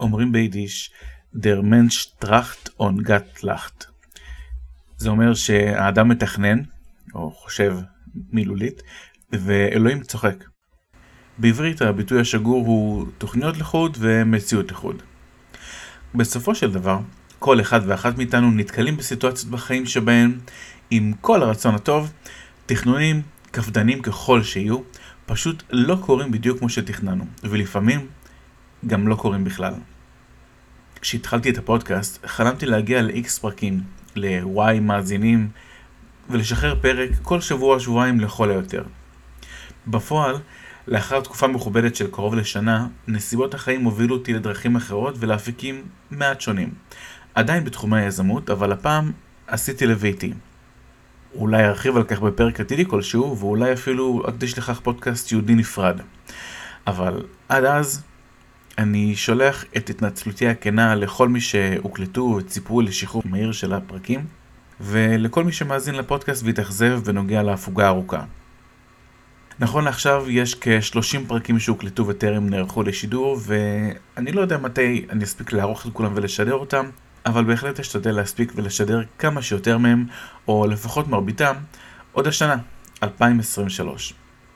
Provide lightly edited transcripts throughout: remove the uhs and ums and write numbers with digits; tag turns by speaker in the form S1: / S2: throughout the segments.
S1: אומרים ביידיש, der Mensch tracht und Gott lacht. זה אומר שהאדם מתכנן, או חושב מילולית, ואלוהים צוחק. בעברית הביטוי השגור הוא תוכניות לחוד ומציאות לחוד. בסופו של דבר, כל אחד ואחת מאיתנו נתקלים בסיטואציות בחיים שבהן, עם כל הרצון הטוב, תכנונים כפדנים ככל שיהיו, פשוט לא קורים בדיוק כמו שתכננו, ולפעמים גם לא קורים בכלל. כשהתחלתי את הפודקאסט, חלמתי להגיע ל-X פרקים, ל-Y מאזינים, ולשחרר פרק כל שבוע-שבועיים לכל היותר. בפועל, לאחר תקופה מכובדת של קרוב לשנה, נסיבות החיים הובילו אותי לדרכים אחרות ולהפיקים מעט שונים. עדיין בתחומי היזמות, אבל הפעם עשיתי לביתי. אולי ארחיב על כך בפרק עתידי כלשהו, ואולי אפילו אקדיש לכך פודקאסט יהודי נפרד. אבל עד אז, אני שולח את התנצלותי הכנה לכל מי שהוקלטו וציפו לשחרור מהיר של הפרקים, ולכל מי שמאזין לפודקאסט והתאכזב בנוגע להפוגה הארוכה. נכון לעכשיו יש כ-30 פרקים שהוקלטו וטרם נערכו לשידור, ואני לא יודע מתי אני אספיק לערוך את כולם ולשדר אותם, אבל בהחלט אשתדל להספיק ולשדר כמה שיותר מהם, או לפחות מרביתם, עוד השנה, 2023.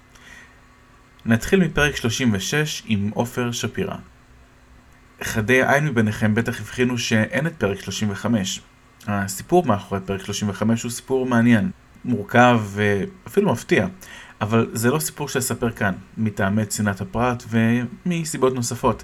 S1: נתחיל מפרק 36 עם עופר שפירא. חדי העין מביניכם בטח הבחינו שאין את פרק 35. הסיפור מאחורי פרק 35 הוא סיפור מעניין, מורכב ואפילו מפתיע, אבל זה לא סיפור שאספר כאן, מטעמי צנעת הפרט ומסיבות נוספות.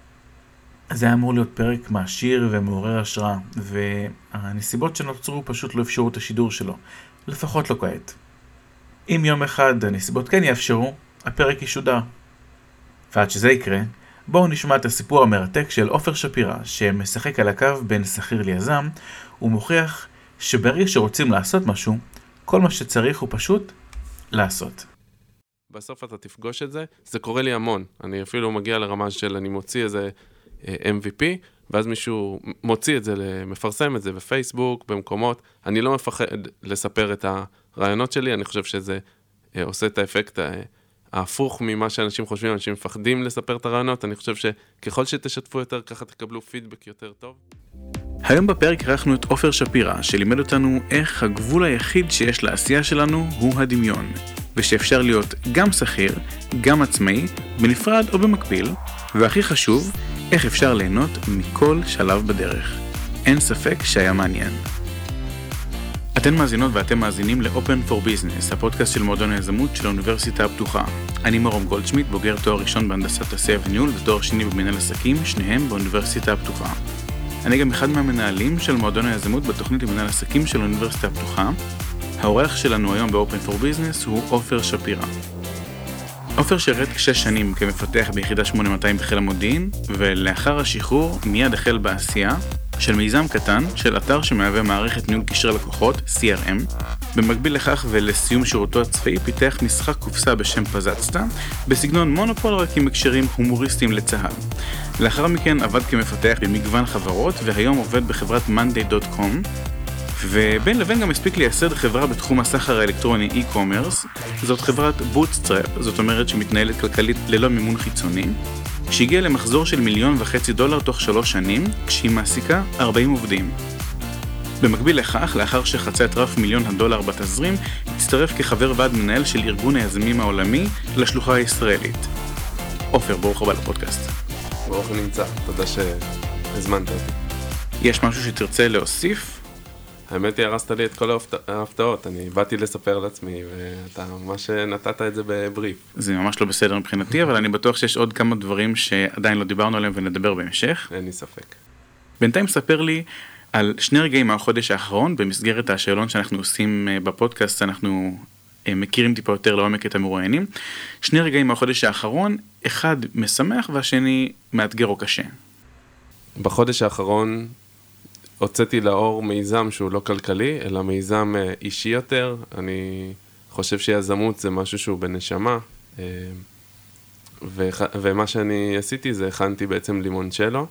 S1: זה היה אמור להיות פרק מעשיר ומעורר השראה, והנסיבות שנוצרו פשוט לא אפשרו את השידור שלו, לפחות לא כעת. אם יום אחד הנסיבות כן יאפשרו, הפרק ישודר. ועד שזה יקרה, בואו נשמע את הסיפור המרתק של עופר שפירא, שמשחק על הקו בין שכיר ליזם, ומוכיח שברגע שרוצים לעשות משהו, כל מה שצריך הוא פשוט לעשות.
S2: בסוף אתה תפגוש את זה, זה קורה לי המון. אני אפילו מגיע לרמה של אני מוציא איזה MVP, ואז מישהו מוציא את זה, מפרסם את זה בפייסבוק, במקומות. אני לא מפחד לספר את הרעיונות שלי, אני חושב שזה עושה את האפקט ההפוך ממה שאנשים חושבים, אנשים מפחדים לספר את הרעיונות. אני חושב שככל שתשתפו יותר, ככה תקבלו פידבק יותר טוב.
S1: היום בפרק ערכנו את עופר שפירא, שלימד אותנו איך הגבול היחיד שיש לעשייה שלנו הוא הדמיון, ושאפשר להיות גם שכיר, גם עצמאי, בנפרד או במקביל, והכי חשוב, איך אפשר ליהנות מכל שלב בדרך. אין ספק שהיה מעניין. אתן מאזינות ואתם מאזינים ל-Open for Business, הפודקאסט של מועדון היזמות של האוניברסיטה הפתוחה. אני מרום גולדשמיט, בוגר תואר ראשון בהנדסת עשייה וניהול ותואר שני במנהל עסקים, שניהם באוניברסיטה הפתוחה. אני גם אחד מהמנהלים של מועדון היזמות בתוכנית למנהל עסקים של האוניברסיטה הפתוחה. האורח שלנו היום ב-Open for Business הוא עופר שפירא. עופר שירת 6 שנים כמפתח ביחידה 8200 בחיל המודיעין, ולאחר השחרור מיד החל בעשייה של מיזם קטן של אתר שמהווה מערכת ניהול קשרי לקוחות, CRM. במקביל לכך ולסיום שירותו הצבאי פיתח משחק קופסה בשם פזצתה, בסגנון מונופול רק עם הקשרים הומוריסטיים לצה"ל. לאחר מכן עבד כמפתח במגוון חברות, והיום עובד בחברת monday.com, ובין לבין גם הספיק לייסד חברה בתחום הסחר האלקטרוני e-commerce. זאת חברת Bootstrap, זאת אומרת שמתנהלת כלכלית ללא מימון חיצוני, שהגיעה למחזור של $1.5 תוך 3 שנים, כשהיא מעסיקה 40 עובדים. במקביל לכך, לאחר שחצה את רף $1,000,000 בתזרים, הצטרף כחבר ועד מנהל של ארגון היזמים העולמי לשלוחה הישראלית. עופר, ברוך הבא לפודקאסט.
S2: ברוך נמצא, תודה שהזמנת אותי.
S1: יש משהו שתרצה להוסיף?
S2: האמת היא, הרסת לי את כל ההפתעות, אני באתי לספר לעצמי, ואתה ממש נתת את זה בבריף.
S1: זה ממש לא בסדר מבחינתי, אבל אני בטוח שיש עוד כמה דברים שעדיין לא דיברנו עליהם ונדבר בהמשך.
S2: אין לי ספק.
S1: בינתיים ספר לי על 2 רגעים מהחודש האחרון, במסגרת השאלון שאנחנו עושים בפודקאסט, אנחנו מכירים טיפה יותר לעומק את המרואיינים. 2 רגעים מהחודש האחרון, אחד משמח והשני מאתגר או קשה.
S2: בחודש האחרון הוצאתי לאור מיזם שהוא לא כלכלי, אלא מיזם אישי יותר. אני חושב שיזמות זה משהו שהוא בנשמה, ומה שאני עשיתי זה הכנתי בעצם לימונצ'לו,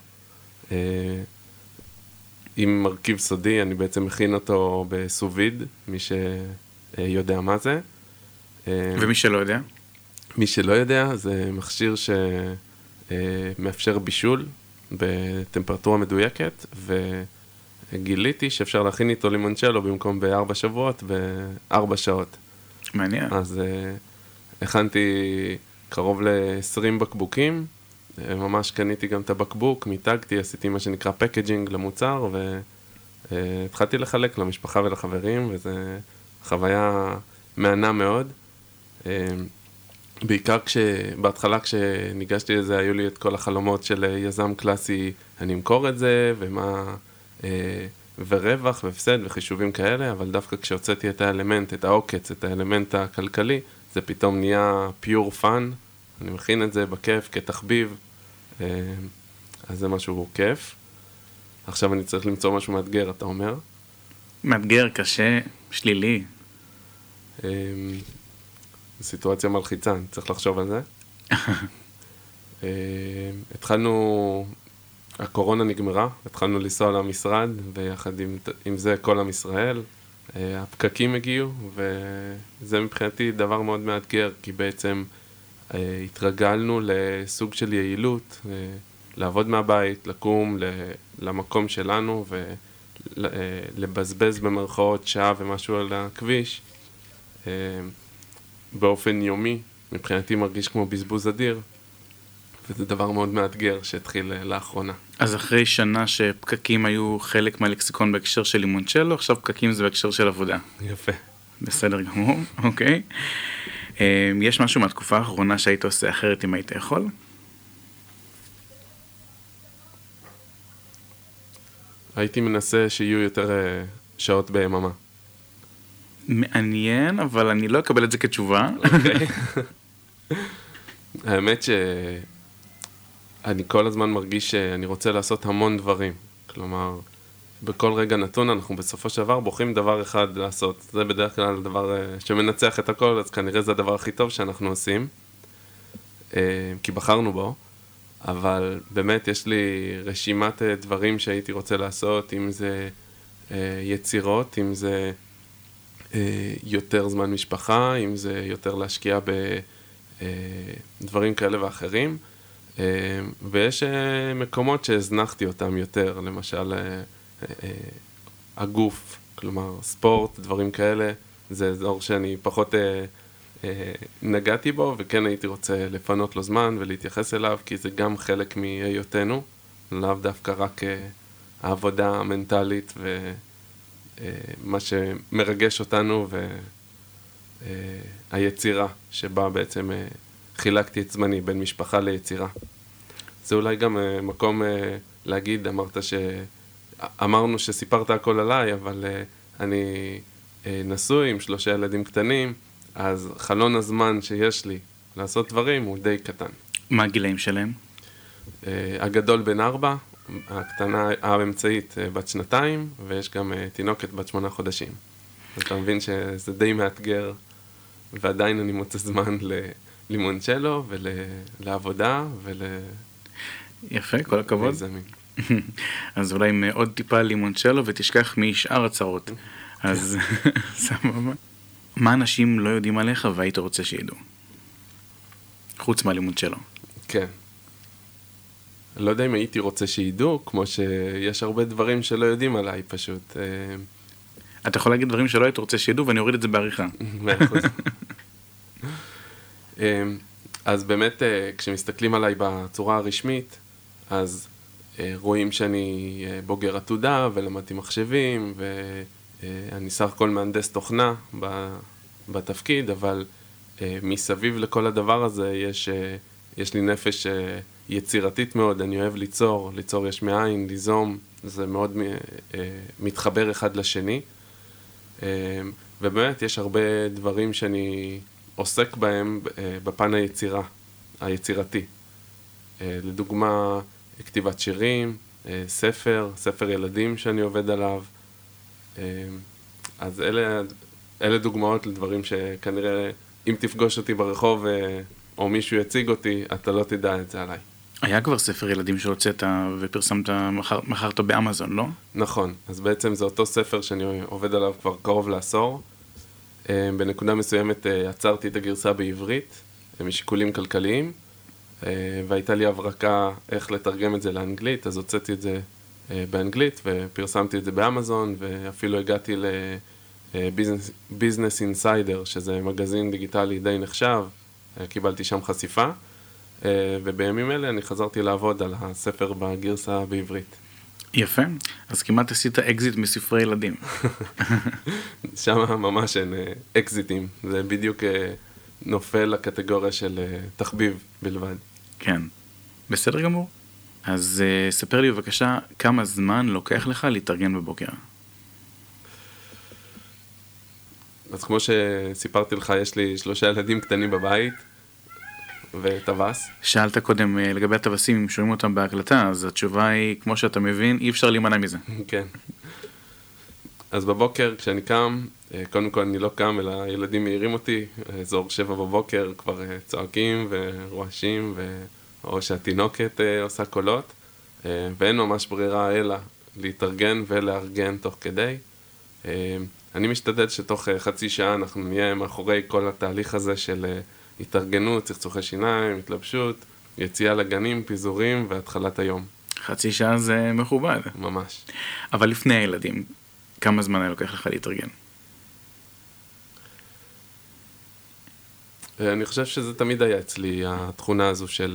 S2: עם מרכיב סודי, אני בעצם מכין אותו בסוביד, מי שיודע מה זה.
S1: ומי שלא יודע?
S2: מי שלא יודע, זה מכשיר שמאפשר בישול בטמפרטורה מדויקת, וגיליתי שאפשר להכין איתו לימונצ'לו במקום ב4 שבועות, ב4 שעות.
S1: מעניין.
S2: אז הכנתי קרוב ל20 בקבוקים, ממש קניתי גם את הבקבוק, מיתגתי, עשיתי מה שנקרא פקג'ינג למוצר, והתחלתי לחלק למשפחה ולחברים, וזו חוויה מענה מאוד. בעיקר בהתחלה כשניגשתי לזה, היו לי את כל החלומות של יזם קלאסי, אני אמכור את זה, ורווח והפסד וחישובים כאלה, אבל דווקא כשהוצאתי את האלמנט, את העוקץ, את האלמנט הכלכלי, זה פתאום נהיה pure fun, אני מכין את זה בכיף, כתחביב, אז זה משהו כיף. עכשיו אני צריך למצוא משהו מאתגר, אתה אומר?
S1: מאתגר, קשה, שלילי.
S2: סיטואציה מלחיצה, אני צריך לחשוב על זה. התחלנו, הקורונה נגמרה, התחלנו לנסוע למשרד, ויחד עם זה כל עם ישראל, הפקקים הגיעו, וזה מבחינתי דבר מאוד מאתגר, כי בעצם התרגלנו לסוג של יעילות, לעבוד מהבית, לקום למקום שלנו, ולבזבז במרכאות שעה ומשהו על הכביש, באופן יומי, מבחינתי מרגיש כמו בזבוז אדיר, וזה דבר מאוד מאתגר שהתחיל לאחרונה.
S1: אז אחרי שנה שפקקים היו חלק מהלקסיקון בהקשר של לימונצ'לו, עכשיו פקקים זה בהקשר של עבודה.
S2: יפה.
S1: בסדר גמור, אוקיי. יש משהו מהתקופה האחרונה שהיית עושה אחרת אם היית יכול?
S2: הייתי מנסה שיהיו יותר שעות ביממה.
S1: מעניין, אבל אני לא אקבל את זה כתשובה.
S2: אוקיי. האמת שאני כל הזמן מרגיש שאני רוצה לעשות המון דברים. כלומר, בכל רגע נתון אנחנו בסופו של דבר בוחרים דבר אחד לעשות. זה בדרך כלל דבר שמנצח את הכל, אז כנראה זה הדבר הכי טוב שאנחנו עושים. כי בחרנו בו. אבל באמת יש לי רשימת דברים שהייתי רוצה לעשות, אם זה יצירות, אם זה יותר זמן משפחה, אם זה יותר להשקיע בדברים כאלה ואחרים, ויש מקומות שהזנחתי אותם יותר, למשל הגוף, כלומר ספורט, דברים כאלה, זה אזור שאני פחות נגעתי בו, וכן הייתי רוצה לפנות לו זמן ולהתייחס אליו, כי זה גם חלק מהיותנו, לאו דווקא רק העבודה המנטלית ומה שמרגש אותנו והיצירה שבה בעצם חילקתי את זמני בין משפחה ליצירה. זה אולי גם מקום להגיד, אמרנו שסיפרת הכל עליי, אבל אני נשוי עם 3 ילדים קטנים, אז חלון הזמן שיש לי לעשות דברים הוא די קטן.
S1: מה הגילאים שלהם?
S2: הגדול בן 4, הקטנה האמצעית בת 2, ויש גם תינוקת בת 8 חודשים. אז אתה מבין שזה די מאתגר, ועדיין אני מוצא זמן ללימונצ'לו ולעבודה
S1: יפה, כל הכבוד.
S2: לזמין.
S1: אז אולי עם עוד טיפה לימונצ'לו ותשכח משאר הצרות. אז סבבה. מה אנשים לא יודעים עליך והיית רוצה שידעו? חוץ מהלימונצ'לו.
S2: כן. לא יודע אם הייתי רוצה שידעו, כמו שיש הרבה דברים שלא יודעים עליי פשוט.
S1: אתה יכול להגיד דברים שלא היית רוצה שידעו ואני אוריד את זה בעריכה.
S2: 100%. אז באמת כשמסתכלים עליי בצורה הרשמית, אז רואים שאני בוגר עתודה ולמדתי מחשבים, ואני סך הכל מהנדס תוכנה בתפקיד, אבל מסביב לכל הדבר הזה יש לי נפש יצירתית מאוד, אני אוהב ליצור יש מאין, ליזום, זה מאוד מתחבר אחד לשני, ובאמת יש הרבה דברים שאני עוסק בהם בפן היצירתי. לדוגמה, כתיבת שירים, ספר ילדים שאני עובד עליו, אז אלה דוגמאות לדברים שכנראה אם תפגוש אותי ברחוב או מישהו יציג אותי, אתה לא תדע את זה עליי.
S1: היה כבר ספר ילדים שהוצאת ופרסמת, מכרת באמזון, לא?
S2: נכון, אז בעצם זה אותו ספר שאני עובד עליו כבר קרוב לעשור. בנקודה מסוימת עצרתי את הגרסה בעברית, משיקולים כלכליים, והייתה לי הברקה איך לתרגם את זה לאנגלית, אז הוצאתי את זה באנגלית ופרסמתי את זה באמזון, ואפילו הגעתי לביזנס אינסיידר, שזה מגזין דיגיטלי די נחשב, קיבלתי שם חשיפה, ובימים אלה אני חזרתי לעבוד על הספר בגרסה בעברית.
S1: יפה, אז כמעט עשית אקזיט מספרי ילדים.
S2: שם ממש אין אקזיטים, זה בדיוק נופל לקטגוריה של תחביב בלבד.
S1: כן, בסדר גמור. אז ספר לי בבקשה כמה זמן לוקח לך להתארגן בבוקר.
S2: אז כמו שסיפרתי לך, יש לי 3 ילדים קטנים בבית, וטווס.
S1: שאלת קודם לגבי הטווסים, אם שומעים אותם בהקלטה, אז התשובה היא, כמו שאתה מבין, אי אפשר להימנע מזה.
S2: כן. אז בבוקר, כשאני קם, קודם כל אני לא קם, אלא הילדים מעירים אותי, אזור 7 בבוקר, כבר צועקים ורועשים, או שהתינוקת עושה קולות, ואין ממש ברירה אלא להתארגן ולארגן תוך כדי. אני משתדל שתוך חצי שעה אנחנו נהיה מאחורי כל התהליך הזה של התארגנות, צחצוחי שיניים, התלבשות, יציאה לגנים, פיזורים והתחלת היום.
S1: חצי שעה זה מכובד.
S2: ממש.
S1: אבל לפני הילדים, כמה זמן היה לוקח לך להתארגן?
S2: אני חושב שזה תמיד היה אצלי, התכונה הזו של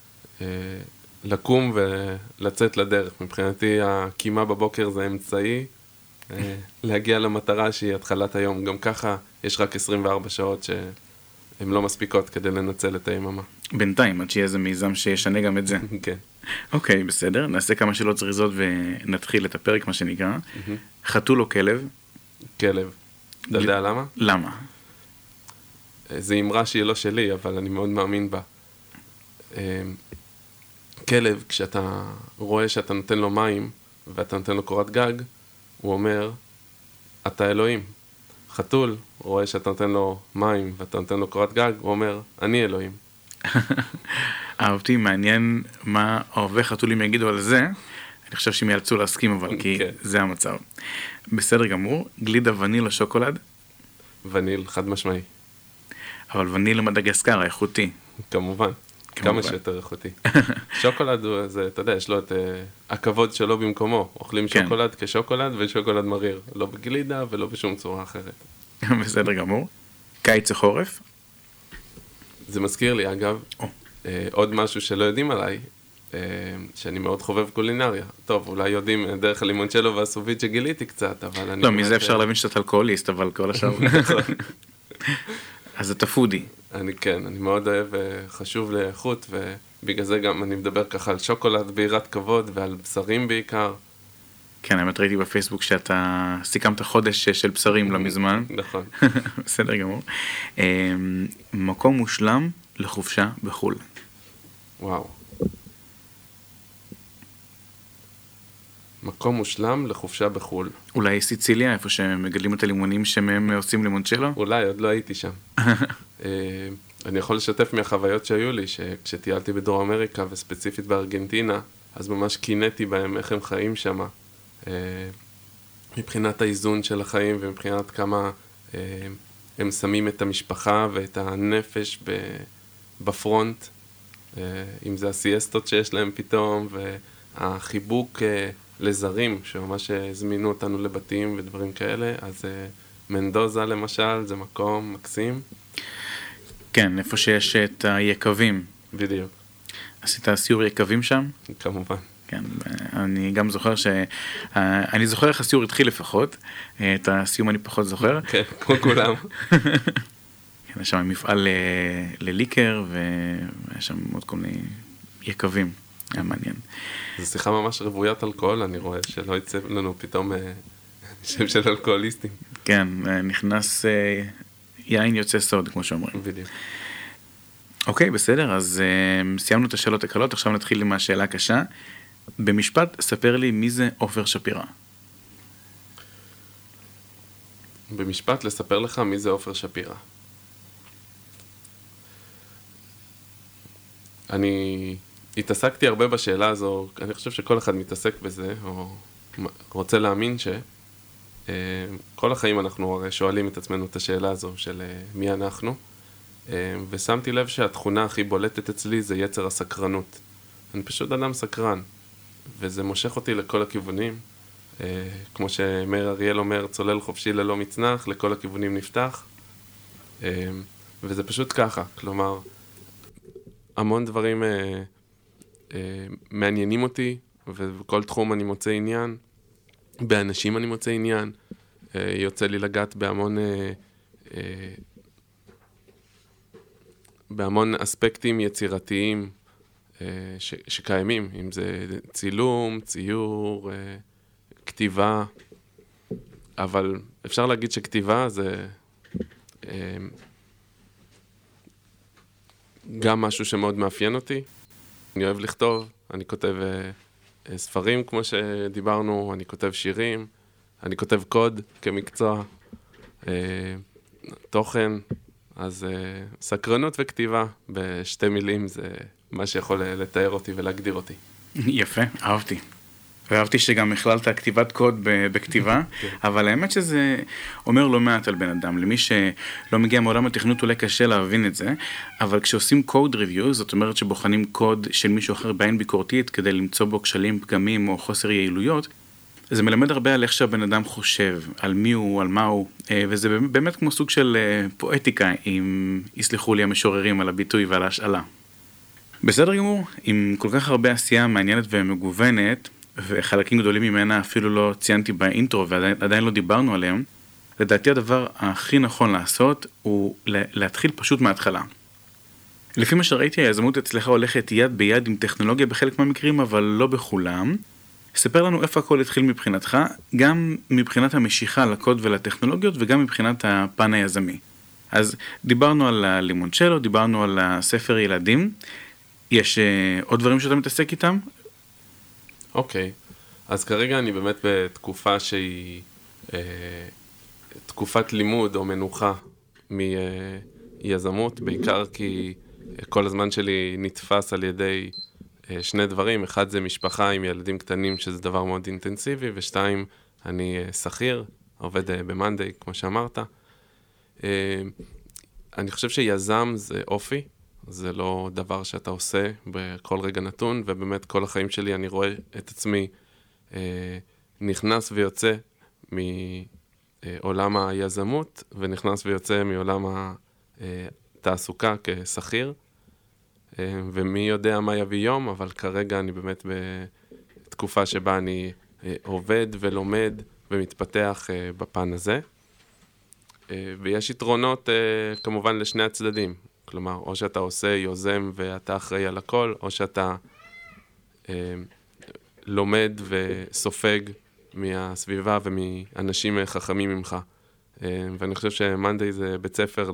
S2: לקום ולצאת לדרך. מבחינתי, הקימה בבוקר זה אמצעי להגיע למטרה שהיא התחלת היום. גם ככה יש רק 24 שעות שהן לא מספיקות כדי לנצל את היממה.
S1: בינתיים, עד שיהיה איזה מיזם שישנה גם את זה.
S2: כן.
S1: אוקיי, בסדר. נעשה כמה שאלות זריזות ונתחיל את הפרק, מה שנקרא. חתול או כלב?
S2: כלב. אתה יודע למה?
S1: למה?
S2: זו אמרה שהיא לא שלי, אבל אני מאוד מאמין בה. כלב, כשאתה רואה שאתה נותן לו מים, ואתה נותן לו קורת גג, הוא אומר, אתה אלוהים. חתול, רואה שאתה נותן לו מים, ואתה נותן לו קורת גג, הוא אומר, אני אלוהים.
S1: אהבתי, מעניין מה אוהבי חתולים יגידו על זה. אני חושב שהם יאלצו להסכים, אבל כי זה המצב. בסדר גמור, גלידה וניל או שוקולד?
S2: וניל, חד משמעי.
S1: אבל וניל מדגסקר, איכותי.
S2: כמובן. כמה שיותר איכותי. שוקולד, זה, אתה יודע, יש לו את הכבוד שלו במקומו. אוכלים שוקולד כשוקולד ושוקולד מריר. לא בגלידה ולא בשום צורה אחרת.
S1: בסדר גמור. קיץ או חורף?
S2: זה מזכיר לי, אגב, עוד משהו שלא יודעים עליי, שאני מאוד חובב קולינריה. טוב, אולי יודעים דרך הלימונצ'לו והסוביץ' שגיליתי קצת, אבל אני...
S1: לא, מזה אפשר להבין שאתה אלכוהוליסט, אבל כל השאר... אז אתה פודי.
S2: כן, אני מאוד אוהב וחשוב לאיכות, ובגלל זה גם אני מדבר ככה על שוקולד בירת כבוד ועל בשרים בעיקר.
S1: כן, האמת ראיתי בפייסבוק שאתה סיכמת חודש של בשרים לא מזמן.
S2: נכון.
S1: בסדר גמור. מקום מושלם לחופשה בחול.
S2: וואו. מקום מושלם לחופשה בחול.
S1: אולי סיציליה, איפה שמגדלים את הלימונים שמהם עושים לימונצ'לו?
S2: אולי, עוד לא הייתי שם. אני יכול לשתף מהחוויות שהיו לי, שכשטיילתי בדרום אמריקה וספציפית בארגנטינה, אז ממש קינאתי בהם איך הם חיים שם. מבחינת האיזון של החיים ומבחינת כמה הם שמים את המשפחה ואת הנפש בפרונט, אם זה הסיאסטות שיש להם פתאום, והחיבוק לזרים, שממש הזמינו אותנו לבתים ודברים כאלה, אז מנדוזה למשל, זה מקום מקסים.
S1: כן, איפה שיש את היקבים.
S2: בדיוק.
S1: עשית סיור יקבים שם?
S2: כמובן.
S1: כן, אני גם זוכר אני זוכר איך הסיור התחיל לפחות, את הסיום אני פחות זוכר.
S2: כן, כמו כולם.
S1: כן, יש שם מפעל לליקר, והיה שם עוד כל מיני יקבים, היה מעניין.
S2: זו שיחה ממש רוויית אלכוהול, אני רואה, שלא יצא לנו פתאום שם של אלכוהוליסטים.
S1: כן, נכנס יין יוצא סוד, כמו שאומרים.
S2: בדיוק.
S1: אוקיי, בסדר, אז סיימנו את השאלות הקלות, עכשיו נתחיל עם השאלה הקשה. במשפט, ספר לי מי זה עופר שפירא.
S2: במשפט, לספר לך מי זה עופר שפירא. אני התעסקתי הרבה בשאלה הזו, אני חושב שכל אחד מתעסק בזה, או רוצה להאמין שכל החיים אנחנו הרי שואלים את עצמנו את השאלה הזו של מי אנחנו. ושמתי לב שהתכונה הכי בולטת אצלי זה יצר הסקרנות. אני פשוט אדם סקרן, וזה מושך אותי לכל הכיוונים. כמו שמאיר אריאל אומר, צולל חופשי ללא מצנח, לכל הכיוונים נפתח. וזה פשוט ככה, כלומר, המון דברים מעניינים אותי, ובכל תחום אני מוצא עניין, באנשים אני מוצא עניין, יוצא לי לגעת בהמון אספקטים יצירתיים שקיימים, אם זה צילום, ציור, כתיבה, אבל אפשר להגיד שכתיבה זה גם משהו שמאוד מאפיין אותי. אני אוהב לכתוב, אני כותב ספרים כמו שדיברנו, אני כותב שירים, אני כותב קוד כמקצוע, תוכן, אז סקרנות וכתיבה בשתי מילים זה מה שיכול לתאר אותי ולהגדיר אותי.
S3: יפה, אהבתי. ואהבתי שגם הכללת כתיבת קוד בכתיבה, אבל האמת שזה אומר לא מעט על בן אדם. למי שלא מגיע מעולם התכנות אולי קשה להבין את זה, אבל כשעושים code review, זאת אומרת שבוחנים קוד של מישהו אחר בעין ביקורתית כדי למצוא בו כשלים, פגמים או חוסר יעילויות, זה מלמד הרבה על איך שהבן אדם חושב, על מי הוא, על מה הוא, וזה באמת כמו סוג של פואטיקה, אם יסלחו לי המשוררים על הביטוי ועל ההשאלה. בסדר גמור, עם כל כך הרבה עשייה מעניינת ומגוונת, וחלקים גדולים ממנה אפילו לא ציינתי באינטרו ועדיין לא דיברנו עליהם, לדעתי הדבר הכי נכון לעשות הוא להתחיל פשוט מההתחלה. לפי מה שראיתי, היזמות אצלך הולכת יד ביד עם טכנולוגיה בחלק מהמקרים, אבל לא בכולם. ספר לנו איפה הכל התחיל מבחינתך, גם מבחינת המשיכה לקוד ולטכנולוגיות וגם מבחינת הפן היזמי. אז דיברנו על הלימונצ'לו, דיברנו על הספר ילדים. יש עוד דברים שאתה מתעסק איתם?
S2: אוקיי, אז כרגע אני באמת בתקופה שהיא תקופת לימוד או מנוחה מיזמות, בעיקר כי כל הזמן שלי נתפס על ידי שני דברים. אחד זה משפחה עם ילדים קטנים, שזה דבר מאוד אינטנסיבי, ושתיים, אני שכיר, עובד במאנדיי, כמו שאמרת. אני חושב שיזם זה אופי, זה לא דבר שאתה עושה בכל רגע נתון, ובאמת כל החיים שלי אני רואה את עצמי נכנס ויוצא מעולם היזמות, ונכנס ויוצא מעולם התעסוקה כשכיר, ומי יודע מה יביא יום, אבל כרגע אני באמת בתקופה שבה אני עובד ולומד ומתפתח בפן הזה. ויש יתרונות כמובן לשני הצדדים. כלומר, או שאתה עושה יוזם ואתה אחראי על הכל, או שאתה לומד וסופג מהסביבה ומאנשים חכמים ממך. ואני חושב שמאנדיי זה בית ספר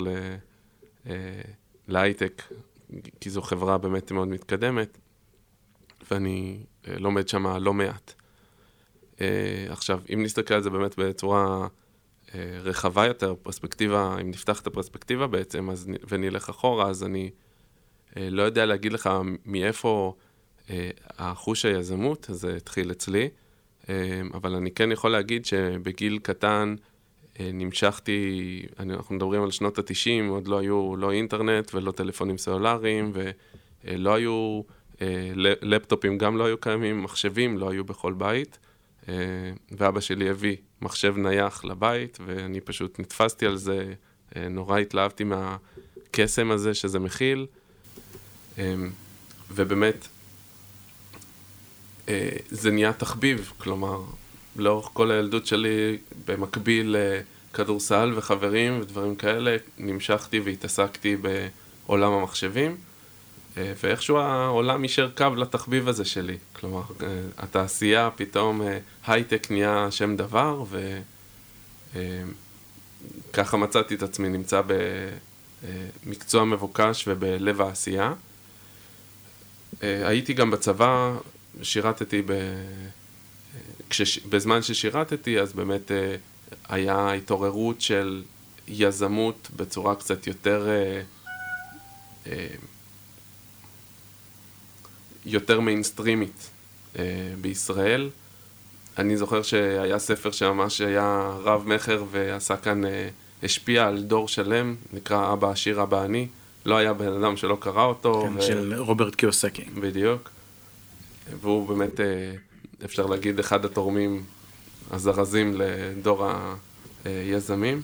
S2: להייטק, כי זו חברה באמת מאוד מתקדמת, ואני לומד שם לא מעט. עכשיו, אם נסתכל על זה באמת בצורה רחבה יותר, פרספקטיבה, אם נפתח את הפרספקטיבה בעצם, ונלך אחורה, אז אני לא יודע להגיד לך מאיפה החוש היזמות, זה התחיל אצלי, אבל אני כן יכול להגיד שבגיל קטן נמשכתי, אנחנו מדברים על שנות ה-90, עוד לא היו לא אינטרנט ולא טלפונים סלולריים, ולא היו לפטופים, גם לא היו קיימים, מחשבים לא היו בכל בית, ואבא שלי הביא מחשב נייח לבית, ואני פשוט נתפסתי על זה, נורא התלהבתי מהקסם הזה שזה מכיל, ובאמת זה נהיה תחביב, כלומר, לאורך כל הילדות שלי, במקביל לכדורסל וחברים ודברים כאלה, נמשכתי והתעסקתי בעולם המחשבים, ואיכשהו העולם יישר קו לתחביב הזה שלי. כלומר, התעשייה פתאום, הייטק נהיה שם דבר, וככה מצאתי את עצמי, נמצא במקצוע מבוקש ובלב העשייה. הייתי גם בצבא, שירתתי בזמן ששירתתי, אז באמת היה התעוררות של יזמות בצורה קצת יותר מיינסטרימית בישראל. אני זוכר שהיה ספר שממש היה רב מחר ועשה כאן, השפיע על דור שלם, נקרא אבא עשיר אבא אני, לא היה בן אדם שלא קרא אותו.
S3: כן, של רוברט קיוסקי.
S2: בדיוק. והוא באמת, אפשר להגיד, אחד התורמים הזרזים לדור היזמים.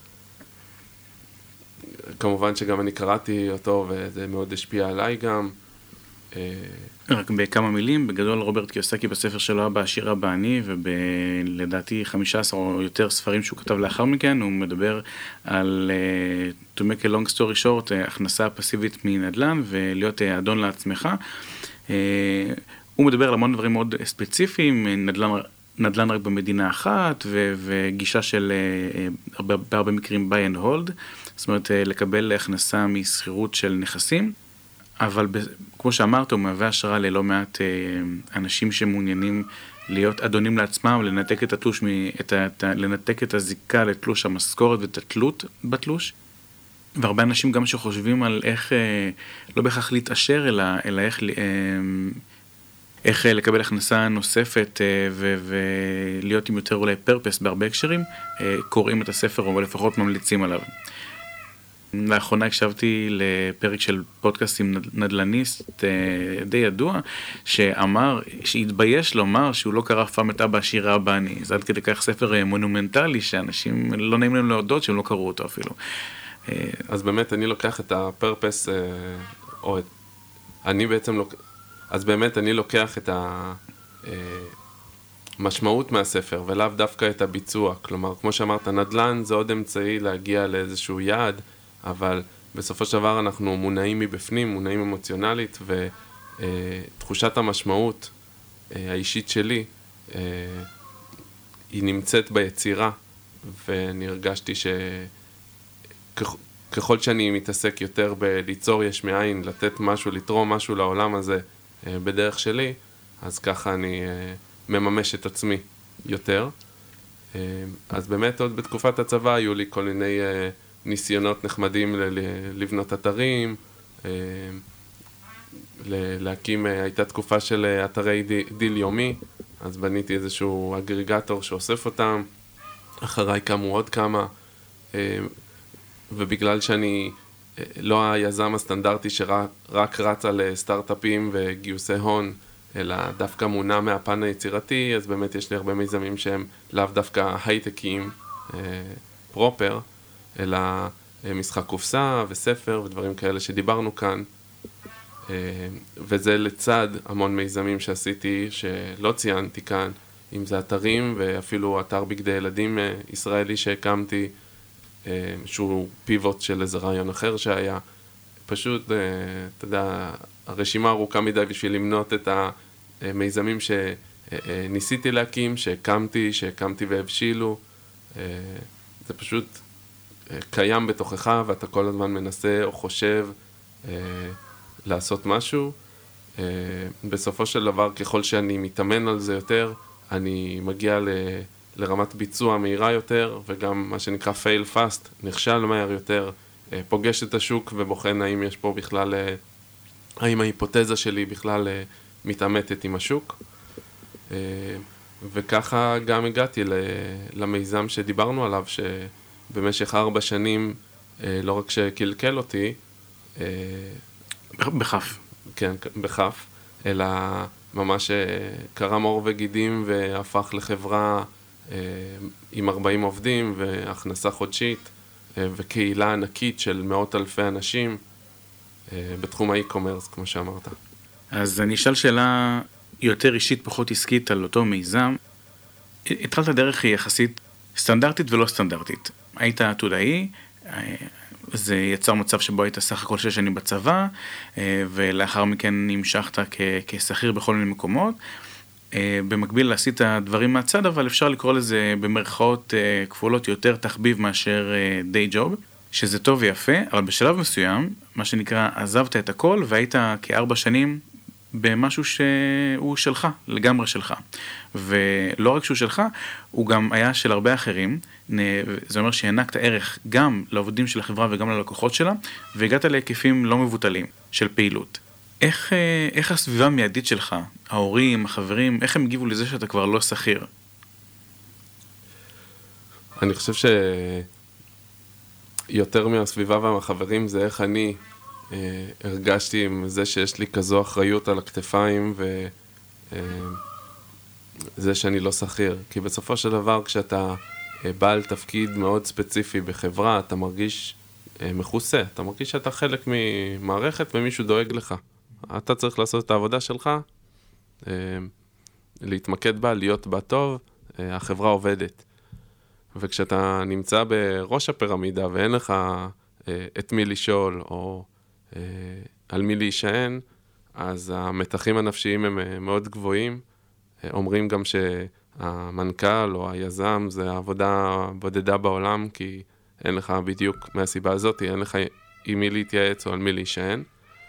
S2: כמובן שגם אני קראתי אותו, וזה מאוד השפיע עליי גם.
S3: רק בכמה מילים, בגדול רוברט קיוסקי בספר שלו אבא עשיר אבא עני, ולדעתי 15 או יותר ספרים שהוא כתב לאחר מכן, הוא מדבר על to make a long story short, הכנסה פסיבית מנדל"ן ולהיות אדון לעצמך. הוא מדבר על המון דברים מאוד ספציפיים, נדל"ן רק במדינה אחת, וגישה של בהרבה מקרים buy and hold, זאת אומרת לקבל הכנסה מסחירות של נכסים. אבל כמו שאמרת, הוא מהווה השראה ללא מעט אנשים שמעוניינים להיות אדונים לעצמם, לנתק את התלוש, לנתק את הזיקה לתלוש המשכורת ואת התלות בתלוש. והרבה אנשים גם שחושבים על איך, לא בהכרח להתעשר, אלא איך לקבל הכנסה נוספת ולהיות עם יותר אולי פרפס בהרבה הקשרים, קוראים את הספר או לפחות ממליצים עליו. לאחרונה הקשבתי לפרק של פודקאסט עם נדלניסט די ידוע, שאמר, שהתבייש לומר שהוא לא קרא אף פעם את אבא עשיר אבא עני. זה עד כדי כך ספר מונומנטלי, שאנשים לא נעים להם להודות שהם לא קראו אותו אפילו.
S2: אז באמת אני לוקח את הפרפס, או את... אני בעצם אז באמת אני לוקח את המשמעות מהספר, ולאו דווקא את הביצוע. כלומר, כמו שאמרת, נדל"ן זה עוד אמצעי להגיע לאיזשהו יעד, אבל בסופו של דבר אנחנו מונעים מבפנים, מונעים אמוציונלית, ותחושת המשמעות האישית שלי, היא נמצאת ביצירה, ואני הרגשתי שככל שאני מתעסק יותר בליצור יש מאין, לתת משהו, לתרום משהו לעולם הזה בדרך שלי, אז ככה אני מממש את עצמי יותר. אז באמת עוד בתקופת הצבא היו לי כל מיני ניסיונות נחמדים לבנות אתרים, להקים, הייתה תקופה של אתרי דיל יומי, אז בניתי איזשהו אגריגטור שאוסף אותם, אחריי קמו עוד כמה, ובגלל שאני לא היזם הסטנדרטי שרק רץ על סטארט-אפים וגיוסי הון, אלא דווקא מונע מהפן היצירתי, אז באמת יש לי הרבה מיזמים שהם לאו דווקא הייטקיים פרופר, אלא משחק קופסה וספר ודברים כאלה שדיברנו כאן, וזה לצד המון מיזמים שעשיתי שלא ציינתי כאן, אם זה אתרים ואפילו אתר בגדי ילדים ישראלי שהקמתי, שהוא פיבוט של איזה רעיון אחר שהיה. פשוט, אתה יודע, הרשימה ארוכה מדי בשביל למנות את המיזמים שניסיתי להקים, שהקמתי והבשילו. זה פשוט קיים בתוכך, ואתה כל הזמן מנסה או חושב לעשות משהו. בסופו של דבר, ככל שאני מתאמן על זה יותר, אני מגיע לרמת ביצוע מהירה יותר, וגם מה שנקרא fail fast, נכשל מהר יותר, פוגש את השוק ובוחן האם יש פה בכלל, האם ההיפותזה שלי בכלל מתעמתת עם השוק. וככה גם הגעתי למיזם שדיברנו עליו, שבמשך 4 שנים לא רק שקלקל אותי,
S3: בכף.
S2: כן, בכף, אלא ממש קרם עור וגידים והפך לחברה עם 40 עובדים והכנסה חודשית וקהילה ענקית של מאות אלפי אנשים בתחום האי-קומרס, כמו שאמרת.
S3: אז אני אשאל שאלה יותר אישית, פחות עסקית על אותו מיזם. התחלת דרך יחסית סטנדרטית ולא סטנדרטית. היית עתודאי, זה יצר מצב שבו היית סך הכל 6 שנים בצבא, ולאחר מכן נמשכת כשכיר בכל מיני מקומות. במקביל עשית דברים מהצד, אבל אפשר לקרוא לזה במרכאות כפולות יותר תחביב מאשר די ג'וב, שזה טוב ויפה, אבל בשלב מסוים, מה שנקרא, עזבת את הכל והיית כ4 שנים במשהו שהוא שלך, לגמרי שלך. ולא רק שהוא שלך, הוא גם היה של הרבה אחרים. זה אומר שהענקת ערך גם לעובדים של החברה וגם ללקוחות שלה, והגעת להיקפים לא מבוטלים של פעילות. איך הסביבה המיידית שלך, ההורים, החברים, איך הם הגיבו לזה שאתה כבר לא שכיר?
S2: אני חושב שיותר מהסביבה והחברים זה איך אני הרגשתי עם זה שיש לי כזו אחריות על הכתפיים, וזה שאני לא שכיר. כי בסופו של דבר, כשאתה בעל תפקיד מאוד ספציפי בחברה, אתה מרגיש מכוסה, אתה מרגיש שאתה חלק ממערכת ומישהו דואג לך. אתה צריך לעשות את העבודה שלך, להתמקד בה, להיות בה טוב, החברה עובדת. וכשאתה נמצא בראש הפירמידה ואין לך את מי לשאול או על מי להישען, אז המתחים הנפשיים הם מאוד גבוהים. אומרים גם שהמנכ"ל או היזם זה העבודה הבודדה בעולם, כי אין לך בדיוק מהסיבה הזאת, אין לך עם מי להתייעץ או על מי להישען.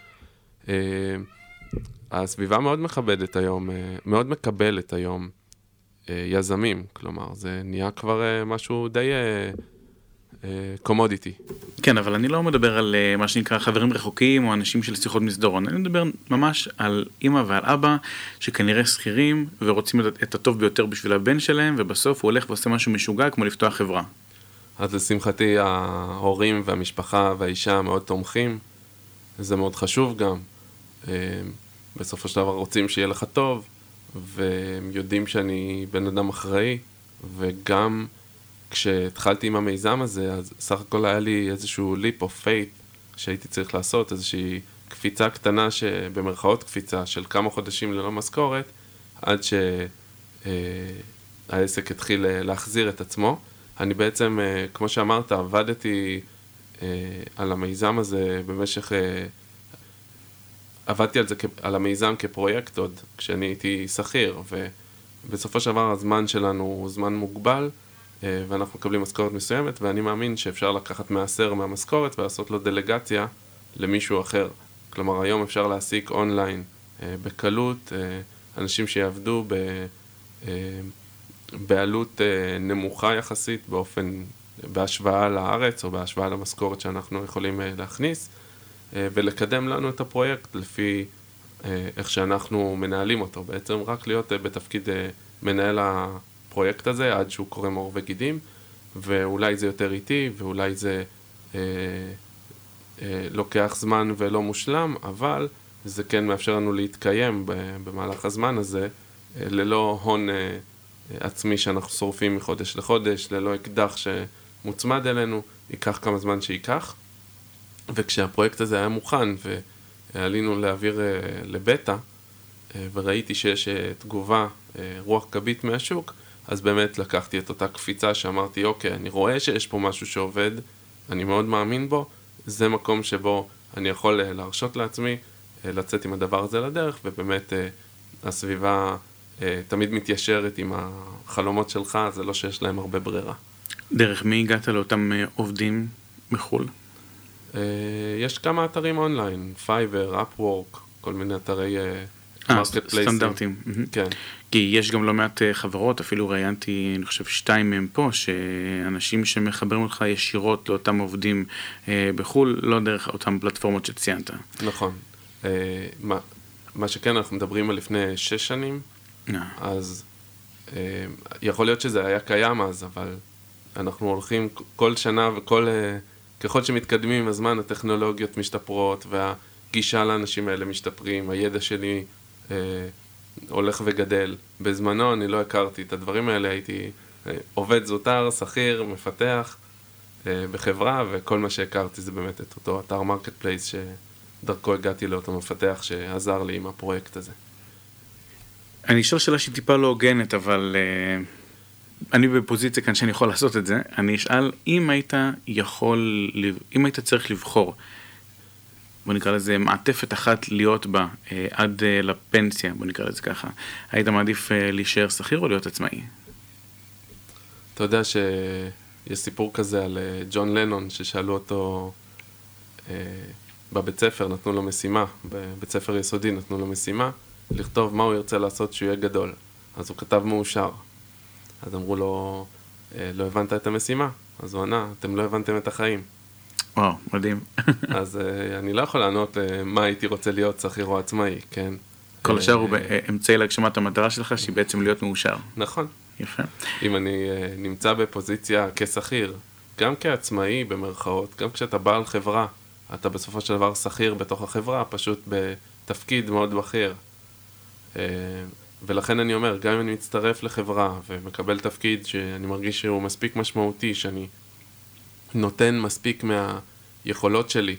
S2: הסביבה מאוד מכבדת היום, מאוד מקבלת היום יזמים, כלומר, זה נהיה כבר משהו די קומודיטי.
S3: כן, אבל אני לא מדבר על מה שנקרא חברים רחוקים או אנשים של שיחות מסדרון, אני מדבר ממש על אמא ועל אבא שכנראה שכירים ורוצים את הטוב ביותר בשביל הבן שלהם, ובסוף הוא הולך ועושה משהו משוגע כמו לפתוח חברה.
S2: אז לשמחתי ההורים והמשפחה והאישה מאוד תומכים, זה מאוד חשוב גם. בסופו של דבר רוצים שיהיה לך טוב, והם יודעים שאני בן אדם אחראי, וגם כשהתחלתי עם המיזם הזה, אז סך הכל היה לי איזשהו leap of faith שהייתי צריך לעשות, איזושהי קפיצה קטנה, במרכאות קפיצה של כמה חודשים ללא משכורת, עד שהעסק התחיל להחזיר את עצמו. אני בעצם, כמו שאמרת, עבדתי על המיזם הזה במשך, עבדתי על המיזם כפרויקט עוד, כשאני הייתי שכיר, ובסופו של דבר הזמן שלנו הוא זמן מוגבל, ואנחנו מקבלים משכורת מסוימת, ואני מאמין שאפשר לקחת מעשר מהמשכורת ולעשות לו דלגציה למישהו אחר. כלומר, היום אפשר להעסיק אונליין בקלות, אנשים שיעבדו בעלות נמוכה יחסית, בהשוואה לארץ או בהשוואה למשכורת שאנחנו יכולים להכניס, ולקדם לנו את הפרויקט לפי איך שאנחנו מנהלים אותו. בעצם רק להיות בתפקיד מנהל הפרויקט הזה עד שהוא קורם עור וגידים, ואולי זה יותר איטי, ואולי זה לוקח זמן ולא מושלם, אבל זה כן מאפשר לנו להתקיים במהלך הזמן הזה, ללא הון עצמי שאנחנו שורפים מחודש לחודש, ללא אקדח שמוצמד אלינו, ייקח כמה זמן שייקח. וכשהפרויקט הזה היה מוכן ועלינו להעביר לבטא, וראיתי שיש תגובה, רוח גבית מהשוק, אז באמת לקחתי את אותה קפיצה שאמרתי, אוקיי, אני רואה שיש פה משהו שעובד, אני מאוד מאמין בו, זה מקום שבו אני יכול להרשות לעצמי לצאת עם הדבר הזה לדרך, ובאמת הסביבה תמיד מתיישרת עם החלומות שלך, זה לא שיש להם הרבה ברירה.
S3: דרך מי הגעת לאותם עובדים מחול?
S2: יש כמה אתרים אונליין, פייבר, אפוורק, כל מיני אתרי מרקט פלייסים.
S3: סטנדרטים.
S2: כן.
S3: כי יש גם לא מעט חברות, אפילו ראיינתי, אני חושב 2 מהם פה, שאנשים שמחברים אותך ישירות לאותם עובדים בחול, לא דרך אותם פלטפורמות שציינת.
S2: נכון. מה שכן, אנחנו מדברים על לפני 6 שנים, אז יכול להיות שזה היה קיים אז, אבל אנחנו הולכים כל שנה ככל שמתקדמים עם הזמן, הטכנולוגיות משתפרות, והגישה לאנשים האלה משתפרים, הידע שלי הולך וגדל. בזמנו אני לא הכרתי את הדברים האלה, הייתי עובד זוטר, שכיר, מפתח בחברה, וכל מה שהכרתי זה באמת את אותו אתר מרקט פלייס, שדרכו הגעתי לאותו מפתח שעזר לי עם הפרויקט הזה.
S3: אני אשאל שאלה שהיא טיפה לא הוגנת, אבל אני בפוזיציה כאן שאני יכול לעשות את זה. אני אשאל, אם היית צריך לבחור, בוא נקרא לזה מעטפת אחת להיות בה עד לפנסיה, בוא נקרא לזה ככה, היית מעדיף להישאר שכיר או להיות עצמאי?
S2: אתה יודע שיש סיפור כזה על ג'ון לנון, ששאלו אותו בבית ספר, נתנו לו משימה, בבית ספר יסודי נתנו לו משימה, לכתוב מה הוא ירצה לעשות שהוא יהיה גדול. אז הוא כתב מאושר. אז אמרו לו, לא הבנת את המשימה. אז הוא ענה, אתם לא הבנתם את החיים.
S3: וואו, מדהים.
S2: אז אני לא יכול לענות מה הייתי רוצה להיות שכיר או עצמאי, כן?
S3: כל השאר הוא אמצעי להגשמת המטרה שלך, שהיא בעצם להיות מאושר.
S2: נכון.
S3: יפה.
S2: אם אני נמצא בפוזיציה כשכיר, גם כעצמאי במרכאות, גם כשאתה בעל חברה, אתה בסופו של דבר שכיר בתוך החברה, פשוט בתפקיד מאוד בכיר. ולכן אני אומר, גם אם אני מצטרף לחברה ומקבל תפקיד שאני מרגיש שהוא מספיק משמעותי, שאני נותן מספיק מהיכולות שלי